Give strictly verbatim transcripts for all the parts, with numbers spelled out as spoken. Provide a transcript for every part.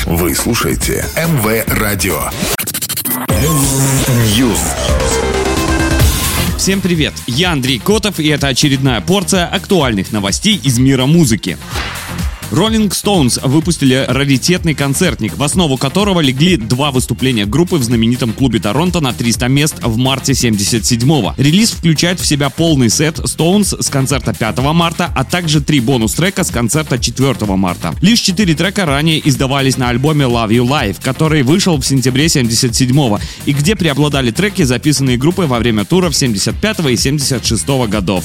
Вы слушаете эм вэ Радио. News. Всем привет, я Андрей Котов, и это очередная порция актуальных новостей из мира музыки. Rolling Stones выпустили раритетный концертник, в основу которого легли два выступления группы в знаменитом клубе Торонто на триста мест в марте семьдесят седьмого. Релиз включает в себя полный сет Stones с концерта пятого марта, а также три бонус-трека с концерта четвёртого марта. Лишь четыре трека ранее издавались на альбоме Love You Live, который вышел в сентябре семьдесят седьмого, и где преобладали треки, записанные группой во время туров семьдесят пятого и семьдесят шестого годов.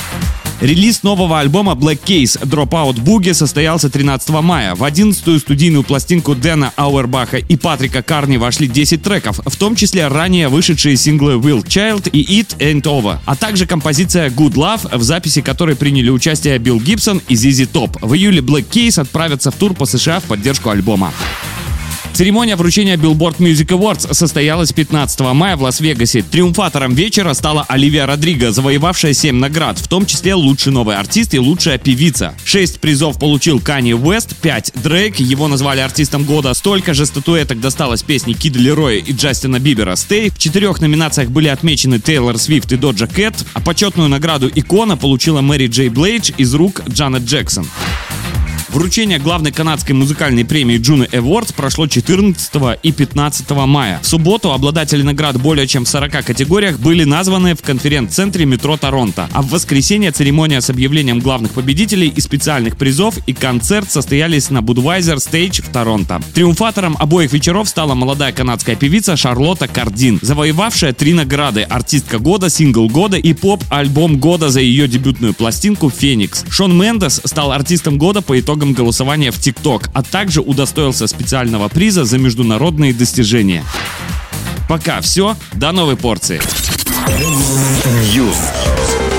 Релиз нового альбома Black Keys Dropout Boogie состоялся тринадцатого мая. В одиннадцатую студийную пластинку Дэна Ауэрбаха и Патрика Карни вошли десять треков, в том числе ранее вышедшие синглы Will Child и It Ain't Over, а также композиция Good Love, в записи которой приняли участие Билл Гибсон и зет зет Top. В июле Black Keys отправятся в тур по США в поддержку альбома. Церемония вручения Billboard Music Awards состоялась пятнадцатого мая в Лас-Вегасе. Триумфатором вечера стала Оливия Родриго, завоевавшая семь наград, в том числе лучший новый артист и лучшая певица. Шесть призов получил Канье Уэст, пять Дрейк, его назвали артистом года. Столько же статуэток досталось песне Кида Лероя и Джастина Бибера «Stay». В четырех номинациях были отмечены Тейлор Свифт и Доджа Кэт, а почетную награду «Икона» получила Мэри Джей Блейдж из рук Джанет Джексон. Вручение главной канадской музыкальной премии Juno Awards прошло четырнадцатого и пятнадцатого мая. В субботу обладатели наград более чем в сорока категориях были названы в конференц-центре метро Торонто, а в воскресенье церемония с объявлением главных победителей и специальных призов и концерт состоялись на Budweiser Stage в Торонто. Триумфатором обоих вечеров стала молодая канадская певица Шарлотта Кардин, завоевавшая три награды: артистка года, сингл года и поп-альбом года за ее дебютную пластинку «Феникс». Шон Мендес стал артистом года по итогам голосования в TikTok, а также удостоился специального приза за международные достижения. Пока все, до новой порции. News.